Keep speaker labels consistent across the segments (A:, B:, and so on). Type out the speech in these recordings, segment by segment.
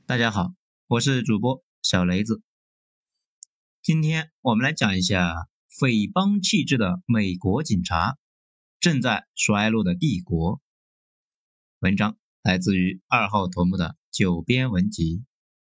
A: 大家好，我是主播小雷子。今天我们来讲一下匪帮气质的美国警察，正在衰落的帝国。文章来自于2号头目的九编文集。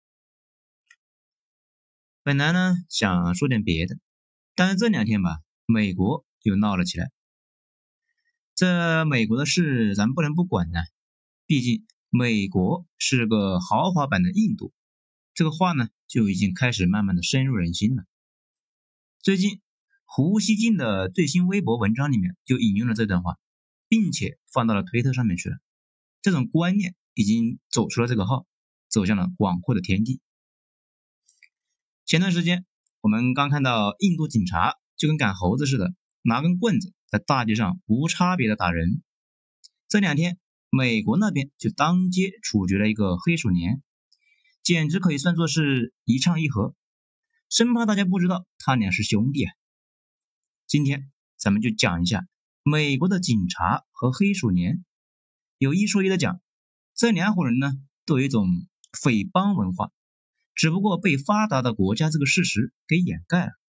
A: 本来呢想说点别的，但是这2天吧，美国又闹了起来。这美国的事咱不能不管呢，毕竟美国是个豪华版的印度。这个话呢，就已经开始慢慢的深入人心了。最近，胡锡进的最新微博文章里面就引用了这段话，并且放到了推特上面去了。这种观念已经走出了这个号，走向了广阔的天地。前段时间，我们刚看到印度警察就跟赶猴子似的，拿根棍子在大街上无差别的打人。这2天，美国那边就当街处决了一个黑鼠年。简直可以算作是一唱一和，生怕大家不知道他俩是兄弟啊。今天咱们就讲一下美国的警察和黑鼠年。有一说一的讲，这2伙人呢都有一种匪帮文化，只不过被发达的国家这个事实给掩盖了。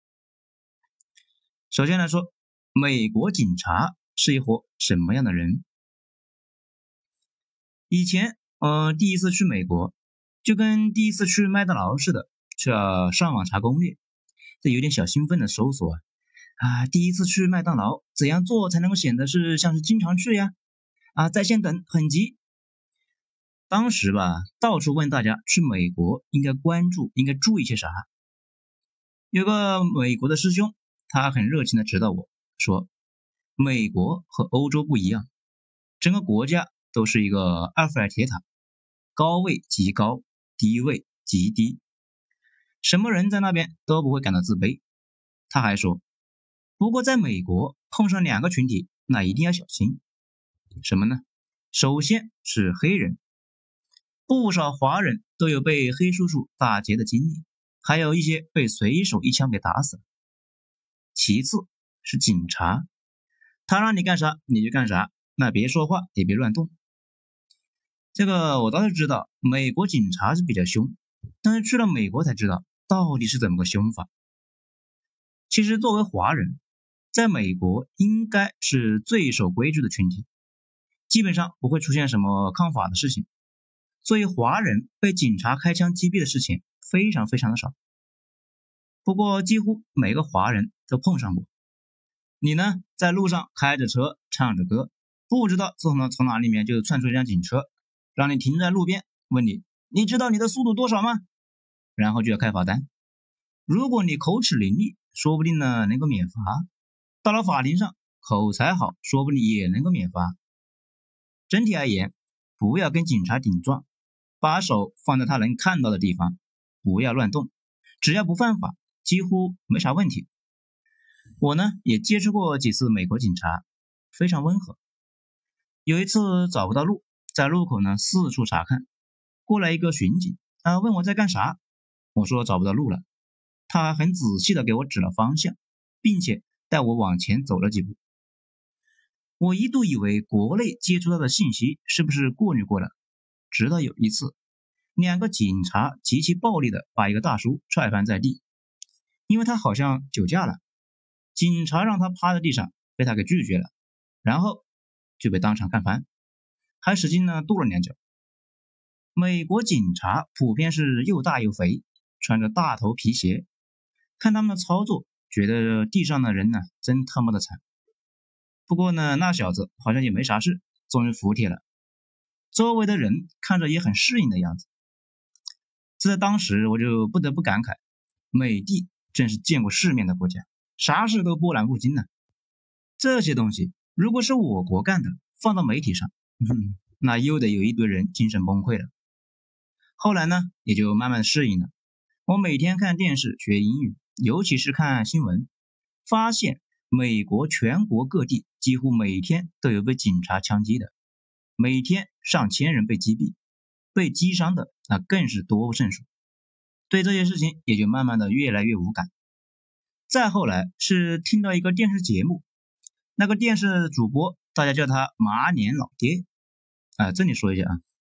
A: 首先来说，美国警察是一伙什么样的人？以前第一次去美国，就跟第一次去麦当劳似的，是要上网查攻略，这有点小兴奋的搜索第一次去麦当劳怎样做才能够显得是像是经常去呀？在线等很急。当时吧，到处问大家去美国应该关注应该注意些啥。有个美国的师兄，他很热情的指导我说，美国和欧洲不一样，整个国家都是一个埃菲尔铁塔，高位极高，低位极低，什么人在那边都不会感到自卑。他还说，不过在美国碰上2个群体，那一定要小心。什么呢？首先是黑人，不少华人都有被黑叔叔打劫的经历，还有一些被随手一枪给打死了。其次是警察，他让你干啥你就干啥，那别说话也别乱动。这个我倒是知道美国警察是比较凶，但是去了美国才知道到底是怎么个凶法。其实作为华人，在美国应该是最守规矩的群体，基本上不会出现什么抗法的事情，所以华人被警察开枪击毙的事情非常非常的少。不过几乎每个华人都碰上过。你呢，在路上开着车唱着歌，不知道从哪里面就窜出一辆警车，让你停在路边，问你知道你的速度多少吗？然后就要开罚单。如果你口齿伶俐，说不定呢能够免罚。到了法庭上，口才好，说不定也能够免罚。整体而言，不要跟警察顶撞，把手放在他能看到的地方，不要乱动，只要不犯法，几乎没啥问题。我呢也接触过几次美国警察，非常温和。有一次找不到路，在路口呢四处查看，过来一个巡警问我在干啥，我说找不到路了，他很仔细的给我指了方向，并且带我往前走了几步。我一度以为国内接触到的信息是不是过滤过了，直到有一次2个警察极其暴力的把一个大叔踹翻在地，因为他好像酒驾了，警察让他趴在地上，被他给拒绝了，然后就被当场干翻，还使劲呢跺了2脚。美国警察普遍是又大又肥，穿着大头皮鞋，看他们的操作，觉得地上的人呢真他妈的惨。不过呢，那小子好像也没啥事，终于服帖了。周围的人看着也很适应的样子。这在当时我就不得不感慨，美帝真是见过世面的国家，啥事都波澜不惊呢。这些东西如果是我国干的，放到媒体上，那又得有一堆人精神崩溃了。后来呢，也就慢慢适应了。我每天看电视学英语，尤其是看新闻，发现美国全国各地几乎每天都有被警察枪击的，每天上千人被击毙，被击伤的那更是多不胜数。对这些事情也就慢慢的越来越无感。再后来是听到一个电视节目，那个电视主播大家叫他马脸老爹。这里说一下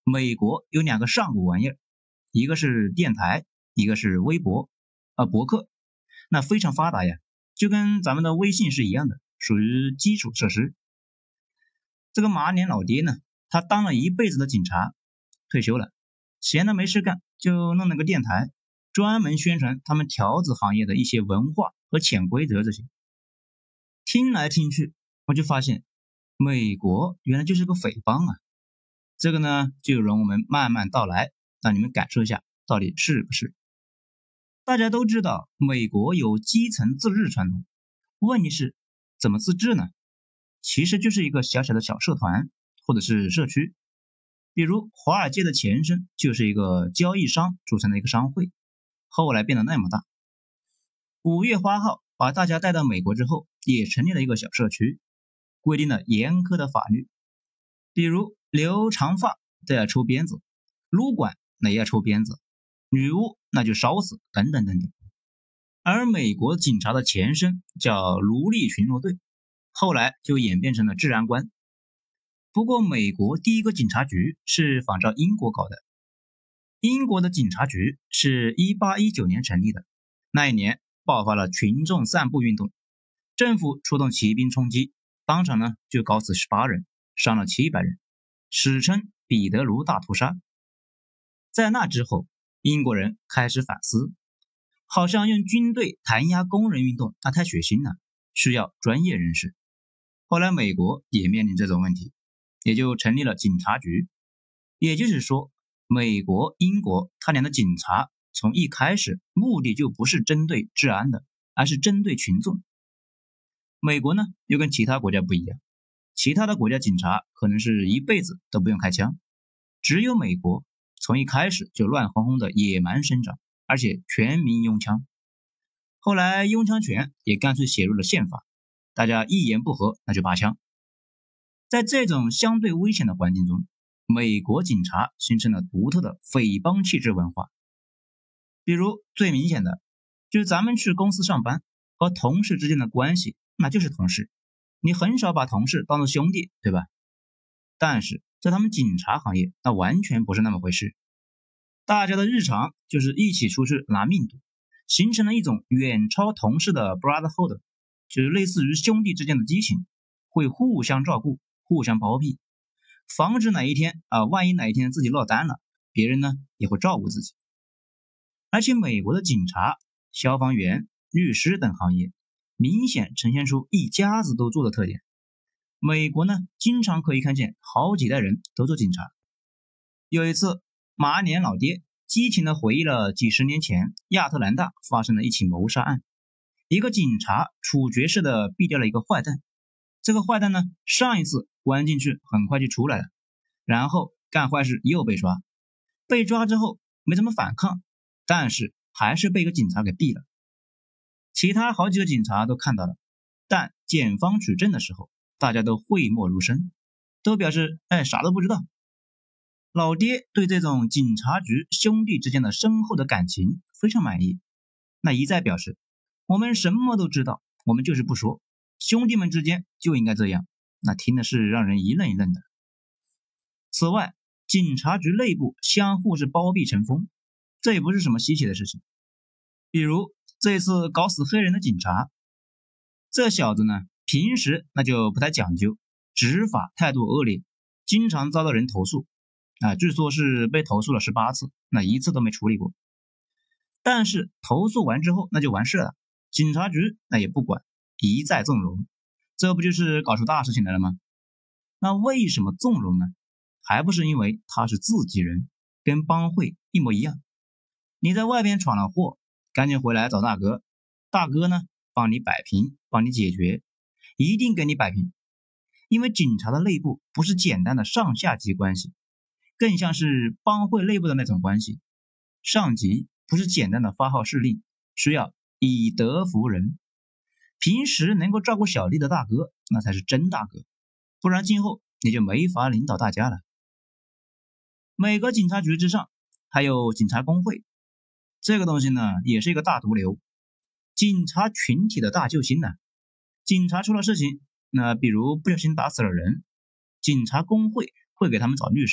A: 美国有2个上古玩意儿，一个是电台，一个是微博，博客，那非常发达呀，就跟咱们的微信是一样的，属于基础设施。这个马年老爹呢，他当了一辈子的警察，退休了，闲的没事干，就弄了个电台，专门宣传他们条子行业的一些文化和潜规则这些。听来听去，我就发现美国原来就是个匪帮啊。这个呢，就容我们慢慢道来，让你们感受一下到底是不是。大家都知道美国有基层自治传统，问题是怎么自治呢？其实就是一个小小的小社团或者是社区，比如华尔街的前身就是一个交易商组成的一个商会，后来变得那么大。5月花号把大家带到美国之后，也成立了一个小社区，规定了严苛的法律，比如留长发都要抽鞭子，撸管那也要抽鞭子，女巫那就烧死，等等等等。而美国警察的前身叫奴隶巡逻队，后来就演变成了治安官。不过美国第一个警察局是仿照英国搞的，英国的警察局是1819年成立的，那一年爆发了群众散步运动，政府出动骑兵冲击，当场呢就搞死18人，伤了700人，史称彼得卢大屠杀。在那之后，英国人开始反思，好像用军队弹压工人运动那太血腥了，需要专业人士。后来美国也面临这种问题，也就成立了警察局。也就是说，美国、英国他俩的警察从一开始目的就不是针对治安的，而是针对群众。美国呢又跟其他国家不一样，其他的国家警察可能是一辈子都不用开枪，只有美国从一开始就乱哄哄的野蛮生长，而且全民拥枪。后来拥枪权也干脆写入了宪法，大家一言不合那就拔枪。在这种相对危险的环境中，美国警察形成了独特的匪帮气质文化。比如最明显的就是咱们去公司上班，和同事之间的关系那就是同事，你很少把同事当作兄弟，对吧？但是在他们警察行业那完全不是那么回事，大家的日常就是一起出去拿命赌，形成了一种远超同事的 brotherhood， 就是类似于兄弟之间的激情，会互相照顾，互相包庇，防止万一哪一天自己落单了，别人呢也会照顾自己。而且美国的警察、消防员、律师等行业明显呈现出一家子都做的特点。美国呢经常可以看见好几代人都做警察。有一次，马年老爹激情地回忆了几十年前亚特兰大发生的一起谋杀案，一个警察处决式的毙掉了一个坏蛋。这个坏蛋呢，上一次关进去很快就出来了，然后干坏事又被抓，被抓之后没怎么反抗，但是还是被一个警察给毙了。其他好几个警察都看到了，但检方取证的时候，大家都讳莫如深，都表示啥都不知道。老爹对这种警察局兄弟之间的深厚的感情非常满意，那一再表示我们什么都知道，我们就是不说，兄弟们之间就应该这样，那听的是让人一愣一愣的。此外，警察局内部相互是包庇成风，这也不是什么稀奇的事情。比如这次搞死黑人的警察，这小子呢平时那就不太讲究，执法态度恶劣，经常遭到人投诉据说是被投诉了18次，那一次都没处理过。但是投诉完之后那就完事了，警察局那也不管，一再纵容，这不就是搞出大事情来了吗？那为什么纵容呢？还不是因为他是自己人，跟帮会一模一样。你在外边闯了祸，赶紧回来找大哥，大哥呢帮你摆平，帮你解决，一定给你摆平。因为警察的内部不是简单的上下级关系，更像是帮会内部的那种关系。上级不是简单的发号施令，需要以德服人。平时能够照顾小弟的大哥，那才是真大哥，不然今后你就没法领导大家了。每个警察局之上还有警察工会，这个东西呢也是一个大毒瘤，警察群体的大救星呢。警察出了事情，那比如不小心打死了人，警察工会会给他们找律师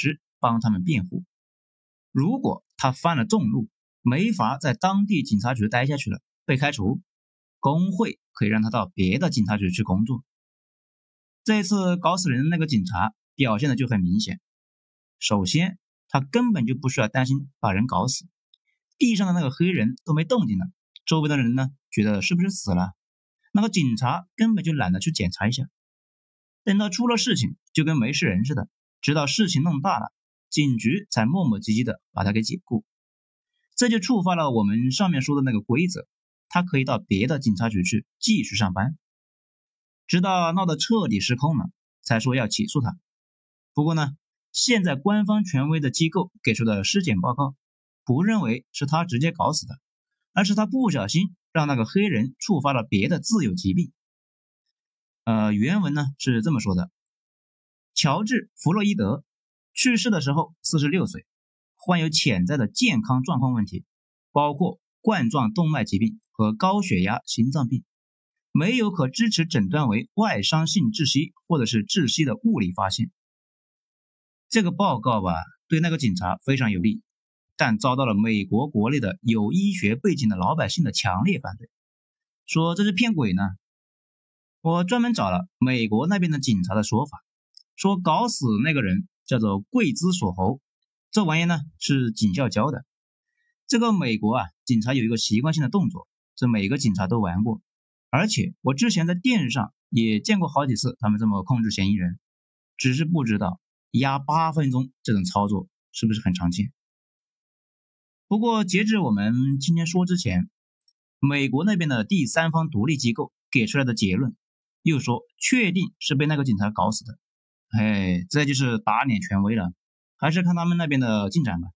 A: 帮他们辩护。如果他犯了众怒，没法在当地警察局待下去了，被开除，工会可以让他到别的警察局去工作。这次搞死人的那个警察表现的就很明显。首先，他根本就不需要担心把人搞死，地上的那个黑人都没动静了，周围的人呢觉得是不是死了，那个警察根本就懒得去检查一下。等到出了事情就跟没事人似的，直到事情弄大了，警局才磨磨唧唧的把他给解雇。这就触发了我们上面说的那个规则，他可以到别的警察局去继续上班，直到闹得彻底失控了才说要起诉他。不过呢，现在官方权威的机构给出的尸检报告不认为是他直接搞死的，而是他不小心让那个黑人触发了别的自有疾病。原文呢是这么说的：乔治·弗洛伊德去世的时候46岁，患有潜在的健康状况问题，包括冠状动脉疾病和高血压、心脏病，没有可支持诊断为外伤性窒息或者是窒息的物理发现。这个报告吧，对那个警察非常有利，但遭到了美国国内的有医学背景的老百姓的强烈反对，说这是骗鬼呢。我专门找了美国那边的警察的说法，说搞死那个人叫做贵兹索侯，这玩意呢是警校教的。这个美国警察有一个习惯性的动作，这每个警察都玩过，而且我之前在电视上也见过好几次他们这么控制嫌疑人，只是不知道压8分钟这种操作是不是很常见。不过截至我们今天说之前，美国那边的第三方独立机构给出来的结论又说确定是被那个警察搞死的。这就是打脸权威了，还是看他们那边的进展吧。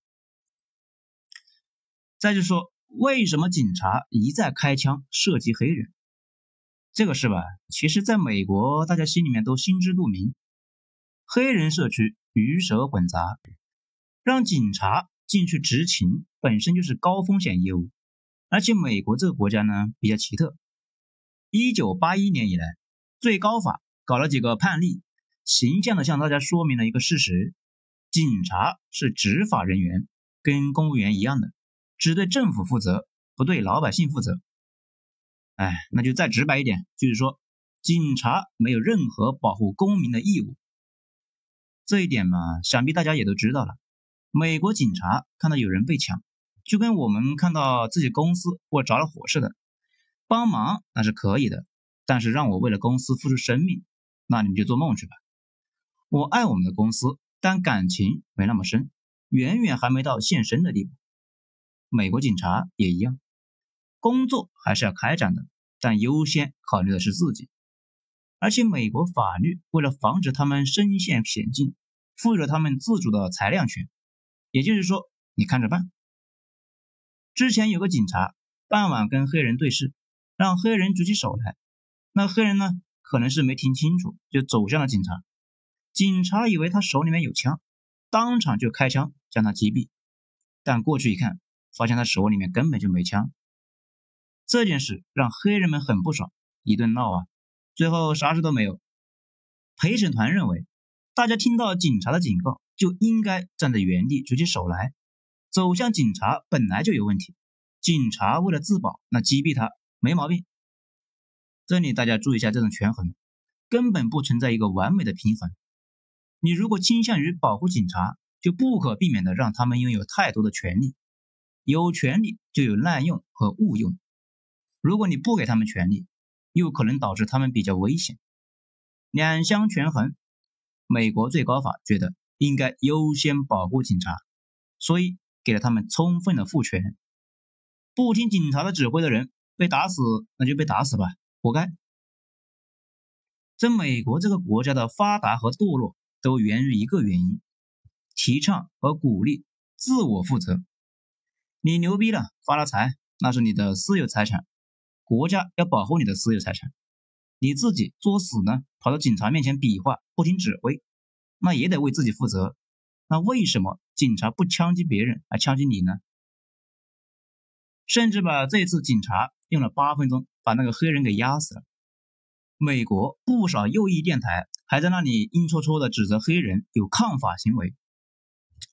A: 再就说为什么警察一再开枪射击黑人，这个事吧，其实在美国大家心里面都心知肚明。黑人社区鱼蛇混杂，让警察进去执勤本身就是高风险业务，而且美国这个国家呢比较奇特，1981年以来最高法搞了几个判例，形象地向大家说明了一个事实：警察是执法人员，跟公务员一样的，只对政府负责，不对老百姓负责。那就再直白一点，就是说警察没有任何保护公民的义务。这一点嘛，想必大家也都知道了。美国警察看到有人被抢，就跟我们看到自己公司或着了火似的，帮忙那是可以的，但是让我为了公司付出生命，那你们就做梦去吧。我爱我们的公司，但感情没那么深，远远还没到献身的地步。美国警察也一样，工作还是要开展的，但优先考虑的是自己。而且美国法律为了防止他们身陷险境，赋予了他们自主的裁量权，也就是说你看着办。之前有个警察傍晚跟黑人对视，让黑人举起手来，那黑人呢可能是没听清楚，就走向了警察。警察以为他手里面有枪，当场就开枪将他击毙，但过去一看，发现他手里面根本就没枪。这件事让黑人们很不爽，一顿闹最后啥事都没有。陪审团认为，大家听到警察的警告就应该站在原地举起手来，走向警察本来就有问题，警察为了自保，那击毙他没毛病。这里大家注意一下这种权衡，根本不存在一个完美的平衡。你如果倾向于保护警察，就不可避免的让他们拥有太多的权利，有权利就有滥用和误用。如果你不给他们权利，又可能导致他们比较危险。两相权衡，美国最高法觉得应该优先保护警察，所以给了他们充分的赋权。不听警察的指挥的人被打死，那就被打死吧，活该。在美国这个国家的发达和堕落都源于一个原因，提倡和鼓励自我负责。你牛逼了，发了财，那是你的私有财产，国家要保护你的私有财产。你自己作死呢，跑到警察面前比划，不听指挥，那也得为自己负责。那为什么警察不枪击别人，还枪击你呢？甚至吧，这次警察用了8分钟把那个黑人给压死了。美国不少右翼电台还在那里阴戳戳的指责黑人有抗法行为。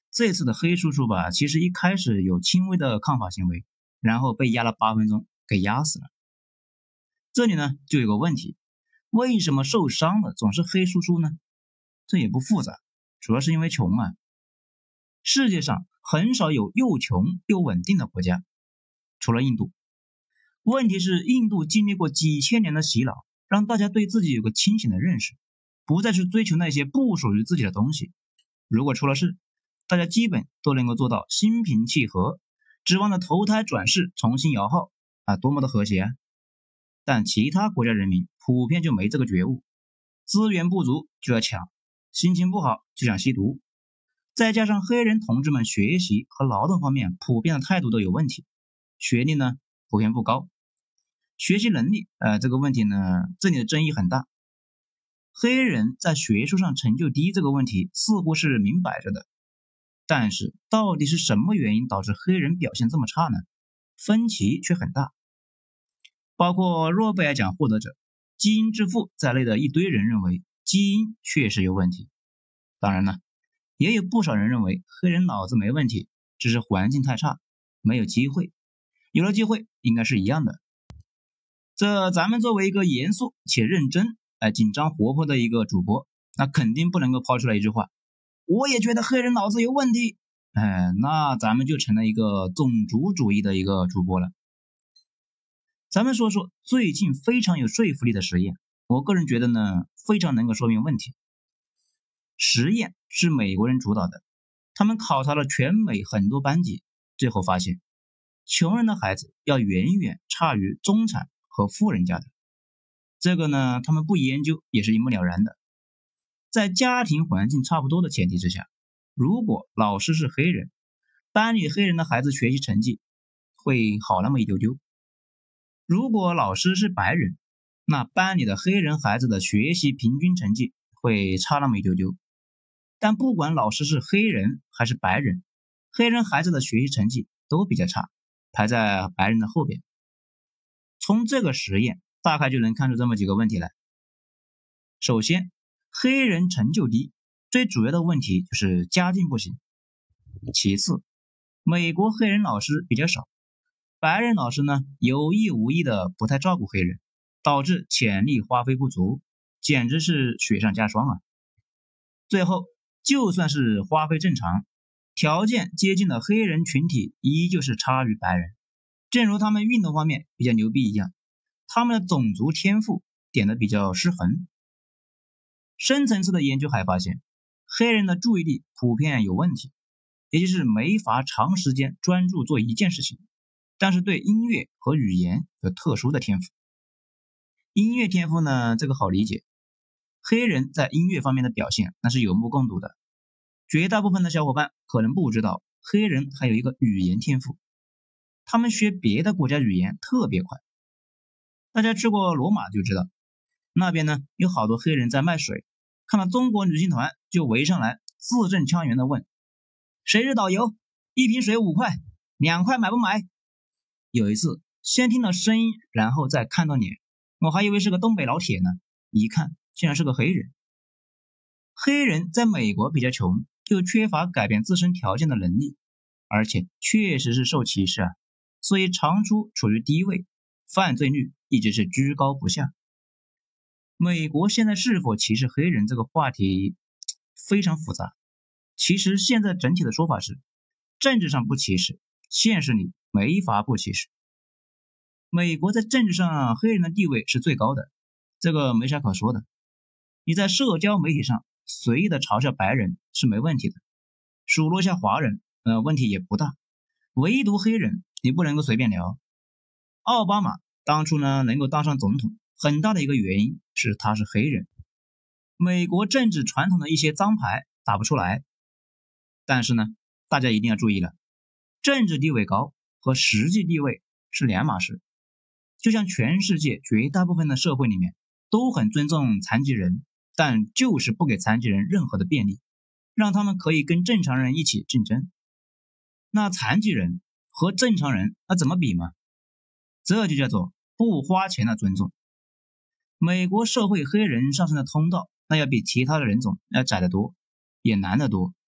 A: 这次的黑叔叔吧，其实一开始有轻微的抗法行为，然后被压了8分钟，给压死了。这里呢就有个问题，为什么受伤的总是黑叔叔呢？这也不复杂，主要是因为穷啊。世界上很少有又穷又稳定的国家，除了印度。问题是印度经历过几千年的洗脑，让大家对自己有个清醒的认识，不再去追求那些不属于自己的东西。如果出了事，大家基本都能够做到心平气和，指望着投胎转世重新摇号啊，多么的和谐啊！但其他国家人民普遍就没这个觉悟，资源不足就要抢，心情不好就想吸毒，再加上黑人同志们学习和劳动方面普遍的态度都有问题，学历呢普遍不高，学习能力这个问题呢，这里的争议很大。黑人在学术上成就低这个问题似乎是明摆着的，但是到底是什么原因导致黑人表现这么差呢？分歧却很大。包括诺贝尔奖获得者、基因之父在内的一堆人认为基因确实有问题。当然了，也有不少人认为黑人脑子没问题，只是环境太差，没有机会。有了机会应该是一样的。这咱们作为一个严肃且认真、紧张活泼的一个主播，那肯定不能够抛出来一句话，我也觉得黑人脑子有问题。那咱们就成了一个种族主义的一个主播了。咱们说说最近非常有说服力的实验，我个人觉得呢，非常能够说明问题。实验是美国人主导的，他们考察了全美很多班级，最后发现，穷人的孩子要远远差于中产和富人家的。这个呢，他们不研究也是一目了然的。在家庭环境差不多的前提之下，如果老师是黑人，班里黑人的孩子学习成绩会好那么一丢丢。如果老师是白人，那班里的黑人孩子的学习平均成绩会差那么一丢丢。但不管老师是黑人还是白人，黑人孩子的学习成绩都比较差，排在白人的后边。从这个实验大概就能看出这么几个问题来。首先，黑人成就低，最主要的问题就是家境不行。其次，美国黑人老师比较少，白人老师呢有意无意的不太照顾黑人，导致潜力发挥不足，简直是雪上加霜啊。最后，就算是花费正常，条件接近的黑人群体依旧是差于白人。正如他们运动方面比较牛逼一样，他们的种族天赋点的比较失衡。深层次的研究还发现，黑人的注意力普遍有问题，也就是没法长时间专注做一件事情，但是对音乐和语言有特殊的天赋。音乐天赋呢，这个好理解，黑人在音乐方面的表现那是有目共睹的。绝大部分的小伙伴可能不知道，黑人还有一个语言天赋，他们学别的国家语言特别快。大家去过罗马就知道，那边呢有好多黑人在卖水，看到中国旅行团就围上来，字正腔圆的问，谁是导游？一瓶水5块，2块买不买？有一次先听到声音，然后再看到脸，我还以为是个东北老铁呢，一看竟然是个黑人。黑人在美国比较穷，又缺乏改变自身条件的能力，而且确实是受歧视啊，所以长处于低位，犯罪率一直是居高不下。美国现在是否歧视黑人这个话题非常复杂，其实现在整体的说法是，政治上不歧视，现实里没法不歧视。美国在政治上黑人的地位是最高的，这个没啥可说的。你在社交媒体上随意的嘲笑白人是没问题的，数落下华人问题也不大，唯独黑人你不能够随便聊。奥巴马当初呢能够当上总统，很大的一个原因是他是黑人。美国政治传统的一些脏牌打不出来，但是呢大家一定要注意了，政治地位高和实际地位是两码事。就像全世界绝大部分的社会里面都很尊重残疾人，但就是不给残疾人任何的便利，让他们可以跟正常人一起竞争。那残疾人和正常人那怎么比嘛？这就叫做不花钱的尊重。美国社会黑人上升的通道那要比其他的人种要窄得多，也难得多。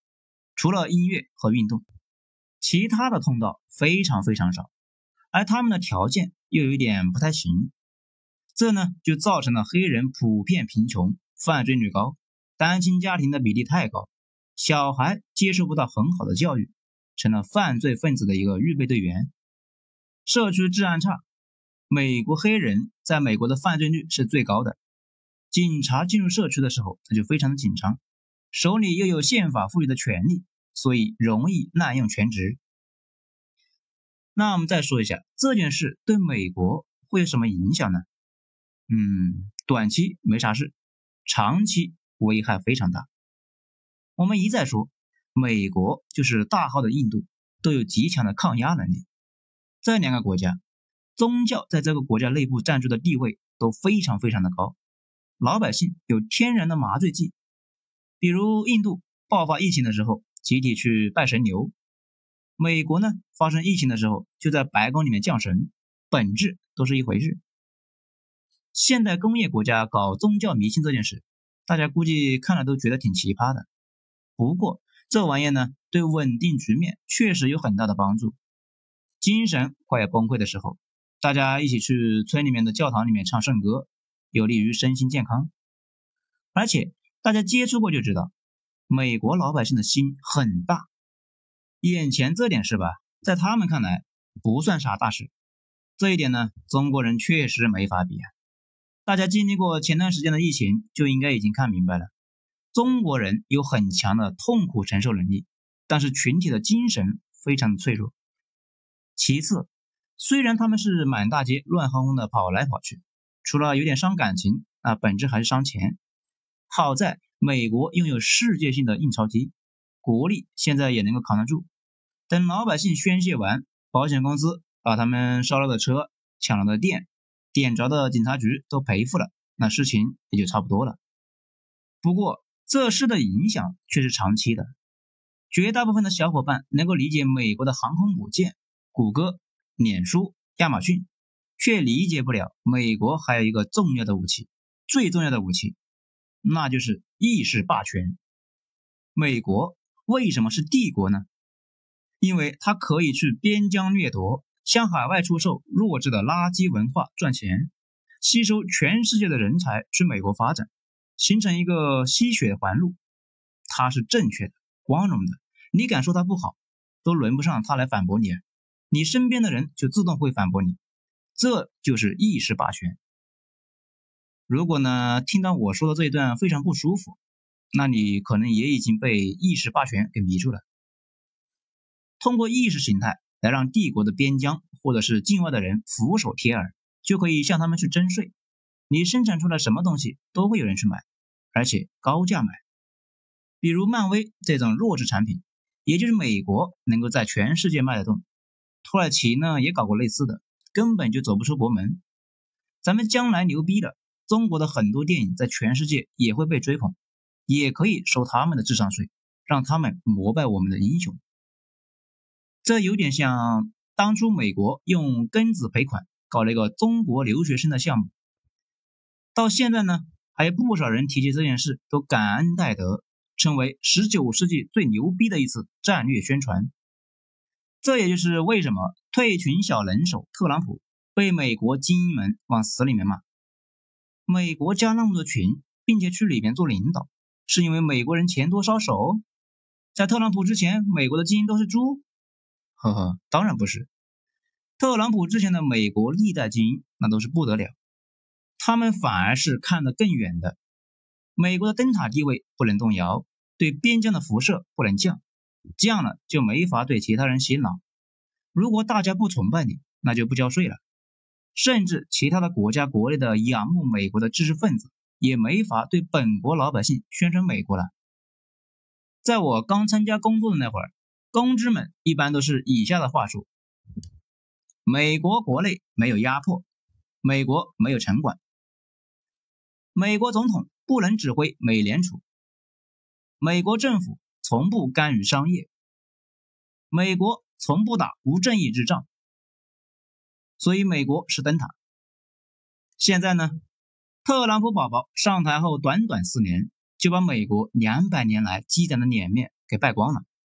A: 除了音乐和运动，其他的通道非常非常少，而他们的条件又有一点不太行，这呢就造成了黑人普遍贫穷、犯罪率高、单亲家庭的比例太高，小孩接受不到很好的教育，成了犯罪分子的一个预备队员。社区治安差，美国黑人在美国的犯罪率是最高的，警察进入社区的时候那就非常的紧张，手里又有宪法赋予的权利，所以容易滥用权职。那我们再说一下这件事对美国会有什么影响呢？短期没啥事，长期危害非常大。我们一再说，美国就是大号的印度，都有极强的抗压能力。这两个国家，宗教在这个国家内部占据的地位都非常非常的高，老百姓有天然的麻醉剂。比如印度爆发疫情的时候，集体去拜神牛；美国呢，发生疫情的时候，就在白宫里面降神，本质都是一回事。现代工业国家搞宗教迷信这件事，大家估计看了都觉得挺奇葩的。不过这玩意呢，对稳定局面确实有很大的帮助。精神快要崩溃的时候，大家一起去村里面的教堂里面唱圣歌，有利于身心健康。而且大家接触过就知道，美国老百姓的心很大，眼前这点事吧，在他们看来不算啥大事。这一点呢，中国人确实没法比啊。大家经历过前段时间的疫情，就应该已经看明白了，中国人有很强的痛苦承受能力，但是群体的精神非常的脆弱。其次，虽然他们是满大街乱哄哄的跑来跑去，除了有点伤感情，那本质还是伤钱。好在美国拥有世界性的印钞机，国力现在也能够扛得住。等老百姓宣泄完，保险公司把他们烧了的车、抢了的店、点着的警察局都赔付了，那事情也就差不多了。不过这事的影响却是长期的，绝大部分的小伙伴能够理解美国的航空母舰谷歌、脸书、亚马逊，却理解不了美国还有一个重要的武器，最重要的武器，那就是意识霸权。美国为什么是帝国呢？因为它可以去边疆掠夺，向海外出售弱智的垃圾文化赚钱，吸收全世界的人才去美国发展，形成一个吸血环路。它是正确的、光荣的，你敢说它不好，都轮不上它来反驳你，你身边的人就自动会反驳你。这就是意识霸权。如果呢，听到我说的这一段非常不舒服，那你可能也已经被意识霸权给迷住了。通过意识形态来让帝国的边疆或者是境外的人俯首帖耳，就可以向他们去征税。你生产出来什么东西都会有人去买，而且高价买。比如漫威这种弱智产品，也就是美国能够在全世界卖得动。土耳其呢也搞过类似的，根本就走不出国门。咱们将来牛逼了，中国的很多电影在全世界也会被追捧，也可以收他们的智商税，让他们膜拜我们的英雄。这有点像当初美国用庚子赔款搞了一个中国留学生的项目，到现在呢，还有不少人提起这件事都感恩戴德，成为19世纪最牛逼的一次战略宣传。这也就是为什么退群小能手特朗普被美国精英们往死里面骂。美国加那么多群，并且去里面做领导，是因为美国人钱多烧手？在特朗普之前，美国的精英都是猪？呵呵，当然不是。特朗普之前的美国历代精英那都是不得了，他们反而是看得更远的。美国的灯塔地位不能动摇，对边疆的辐射不能降，降了就没法对其他人洗脑。如果大家不崇拜你，那就不交税了。甚至其他的国家国内的仰慕美国的知识分子也没法对本国老百姓宣传美国了。在我刚参加工作的那会儿，公知们一般都是以下的话术：美国国内没有压迫，美国没有城管，美国总统不能指挥美联储，美国政府从不干预商业，美国从不打不正义之仗。所以美国是灯塔。现在呢，特朗普宝宝上台后短短4年，就把美国200年来积攒的脸面给败光了。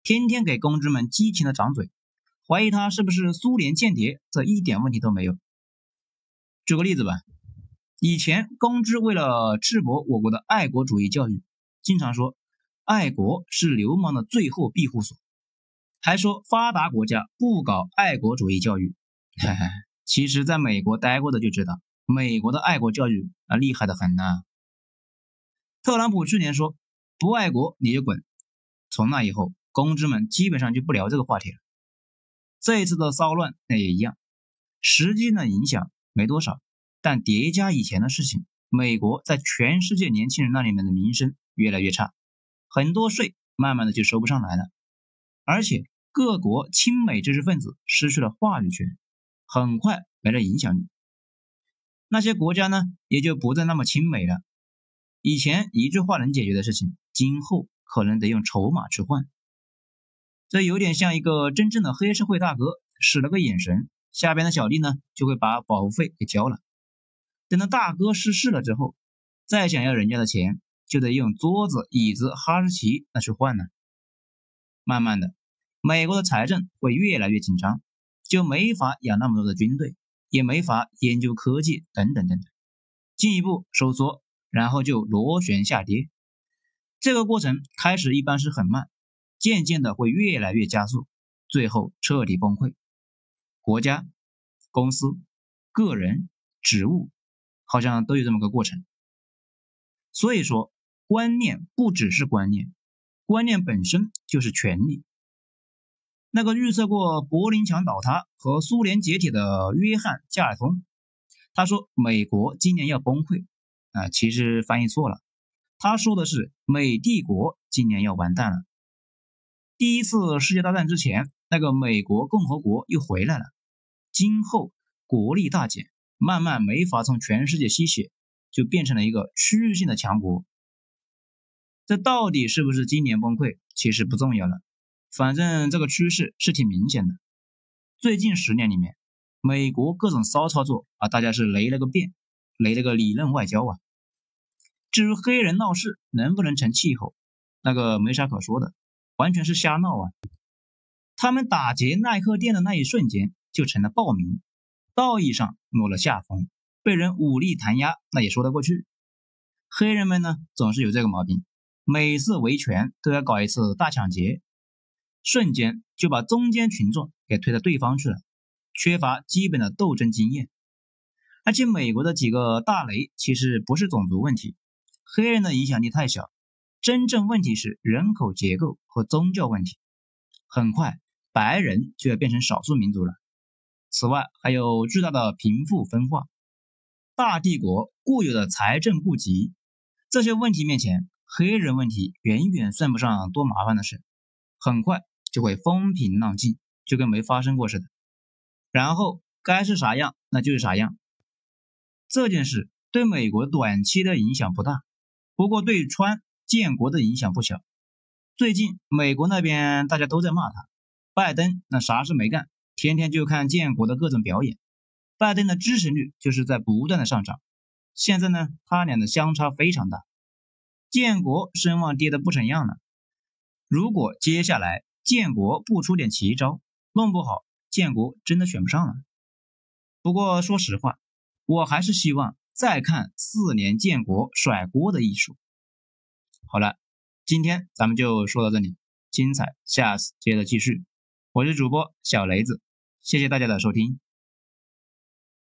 A: 天天给公知们激情的掌嘴，怀疑他是不是苏联间谍，这一点问题都没有。举个例子吧，以前公知为了赤膊我国的爱国主义教育，经常说爱国是流氓的最后庇护所，还说发达国家不搞爱国主义教育。其实在美国待过的就知道，美国的爱国教育厉害得很啊。特朗普去年说不爱国你就滚，从那以后公知们基本上就不聊这个话题了。这一次的骚乱那也一样，实际的影响没多少，但叠加以前的事情，美国在全世界年轻人那里面的名声越来越差，很多税慢慢的就收不上来了，而且各国亲美知识分子失去了话语权，很快没了影响力。那些国家呢，也就不再那么亲美了。以前一句话能解决的事情，今后可能得用筹码去换。这有点像一个真正的黑社会大哥使了个眼神，下边的小弟呢就会把保护费给交了。等到大哥失势了之后，再想要人家的钱，就得用桌子、椅子、哈士奇那去换了。慢慢的，美国的财政会越来越紧张，就没法养那么多的军队，也没法研究科技等等等等，进一步收缩，然后就螺旋下跌。这个过程开始一般是很慢，渐渐的会越来越加速，最后彻底崩溃。国家、公司、个人、职务好像都有这么个过程。所以说观念不只是观念，观念本身就是权力。那个预测过柏林墙倒塌和苏联解体的约翰·加尔通，他说美国今年要崩溃其实翻译错了，他说的是美帝国今年要完蛋了。第一次世界大战之前，那个美国共和国又回来了，今后国力大减，慢慢没法从全世界吸血，就变成了一个区域性的强国。这到底是不是今年崩溃其实不重要了，反正这个趋势是挺明显的。最近10年里面，美国各种骚操作大家是雷了个遍，雷了个里嫩外焦啊。至于黑人闹事能不能成气候，那个没啥可说的，完全是瞎闹啊。他们打劫耐克店的那一瞬间就成了暴民，道义上落了下风，被人武力弹压那也说得过去。黑人们呢总是有这个毛病，每次维权都要搞一次大抢劫，瞬间就把中间群众给推到对方去了，缺乏基本的斗争经验。而且美国的几个大雷其实不是种族问题，黑人的影响力太小，真正问题是人口结构和宗教问题。很快白人就要变成少数民族了。此外还有巨大的贫富分化，大帝国固有的财政顾及，这些问题面前，黑人问题远远算不上多麻烦的事，很快就会风平浪静，就跟没发生过似的。然后该是啥样那就是啥样。这件事对美国短期的影响不大，不过对川建国的影响不小。最近美国那边大家都在骂他，拜登那啥事没干，天天就看建国的各种表演，拜登的支持率就是在不断的上涨。现在呢他俩的相差非常大，建国声望跌得不成样了。如果接下来建国不出点奇招，弄不好建国真的选不上了。不过说实话，我还是希望再看4年建国甩锅的艺术。好了，今天咱们就说到这里，精彩下次接着继续。我是主播小雷子，谢谢大家的收听。